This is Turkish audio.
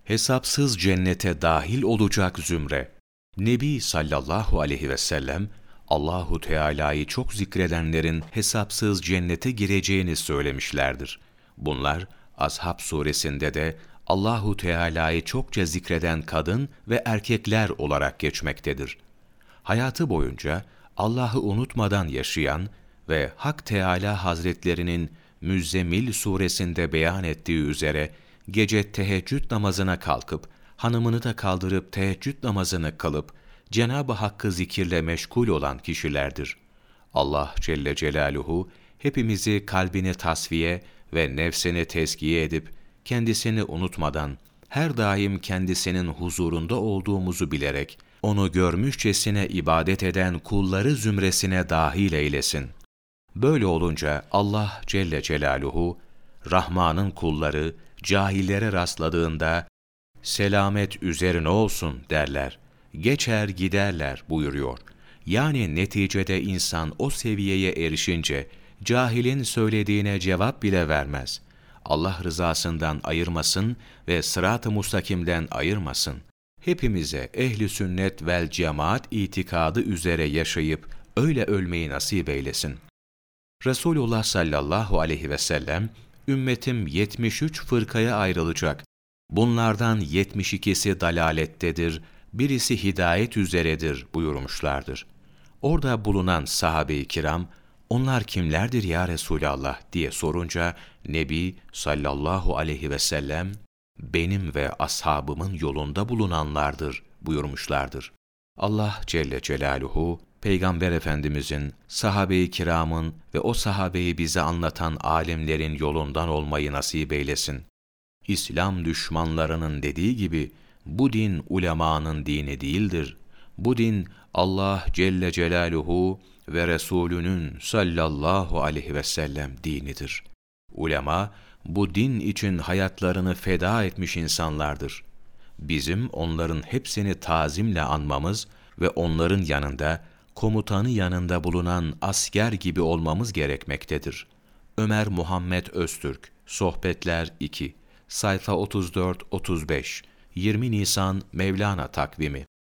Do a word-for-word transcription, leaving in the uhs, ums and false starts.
Hesapsız cennete dahil olacak zümre. Nebi sallallahu aleyhi ve sellem, Allahu Teala'yı çok zikredenlerin hesapsız cennete gireceğini söylemişlerdir. Bunlar Ashab suresinde de Allahu Teala'yı çokça zikreden kadın ve erkekler olarak geçmektedir. Hayatı boyunca Allah'ı unutmadan yaşayan ve Hak Teâlâ Hazretlerinin Müzzemmil suresinde beyan ettiği üzere gece teheccüd namazına kalkıp, hanımını da kaldırıp teheccüd namazını kılıp, Cenab-ı Hakk'ı zikirle meşgul olan kişilerdir. Allah Celle Celaluhu hepimizi kalbini tasfiye ve nefsini tezkiye edip, kendisini unutmadan, her daim kendisinin huzurunda olduğumuzu bilerek, onu görmüşçesine ibadet eden kulları zümresine dahil eylesin. Böyle olunca Allah Celle Celaluhu, Rahman'ın kulları cahillere rastladığında, selamet üzerine olsun derler, geçer giderler buyuruyor. Yani neticede insan o seviyeye erişince, cahilin söylediğine cevap bile vermez. Allah rızasından ayırmasın ve sırat-ı mustakimden ayırmasın. Hepimize ehli sünnet vel cemaat itikadı üzere yaşayıp öyle ölmeyi nasip eylesin. Resulullah sallallahu aleyhi ve sellem, ümmetim yetmiş üç fırkaya ayrılacak. Bunlardan yetmiş ikisi dalalettedir, birisi hidayet üzeredir buyurmuşlardır. Orada bulunan sahabe-i kiram, onlar kimlerdir ya Resulallah diye sorunca, Nebi sallallahu aleyhi ve sellem, benim ve ashabımın yolunda bulunanlardır buyurmuşlardır. Allah Celle Celaluhu, Peygamber Efendimizin, sahabe-i kiramın ve o sahabeyi bize anlatan alimlerin yolundan olmayı nasip eylesin. İslam düşmanlarının dediği gibi, bu din ulemanın dini değildir. Bu din Allah Celle Celaluhu ve Resulünün sallallahu aleyhi ve sellem dinidir. Ulema, bu din için hayatlarını feda etmiş insanlardır. Bizim onların hepsini tazimle anmamız ve onların yanında, komutanı yanında bulunan asker gibi olmamız gerekmektedir. Ömer Muhammed Öztürk, Sohbetler iki, sayfa otuz dört otuz beş, yirmi Nisan Mevlana takvimi.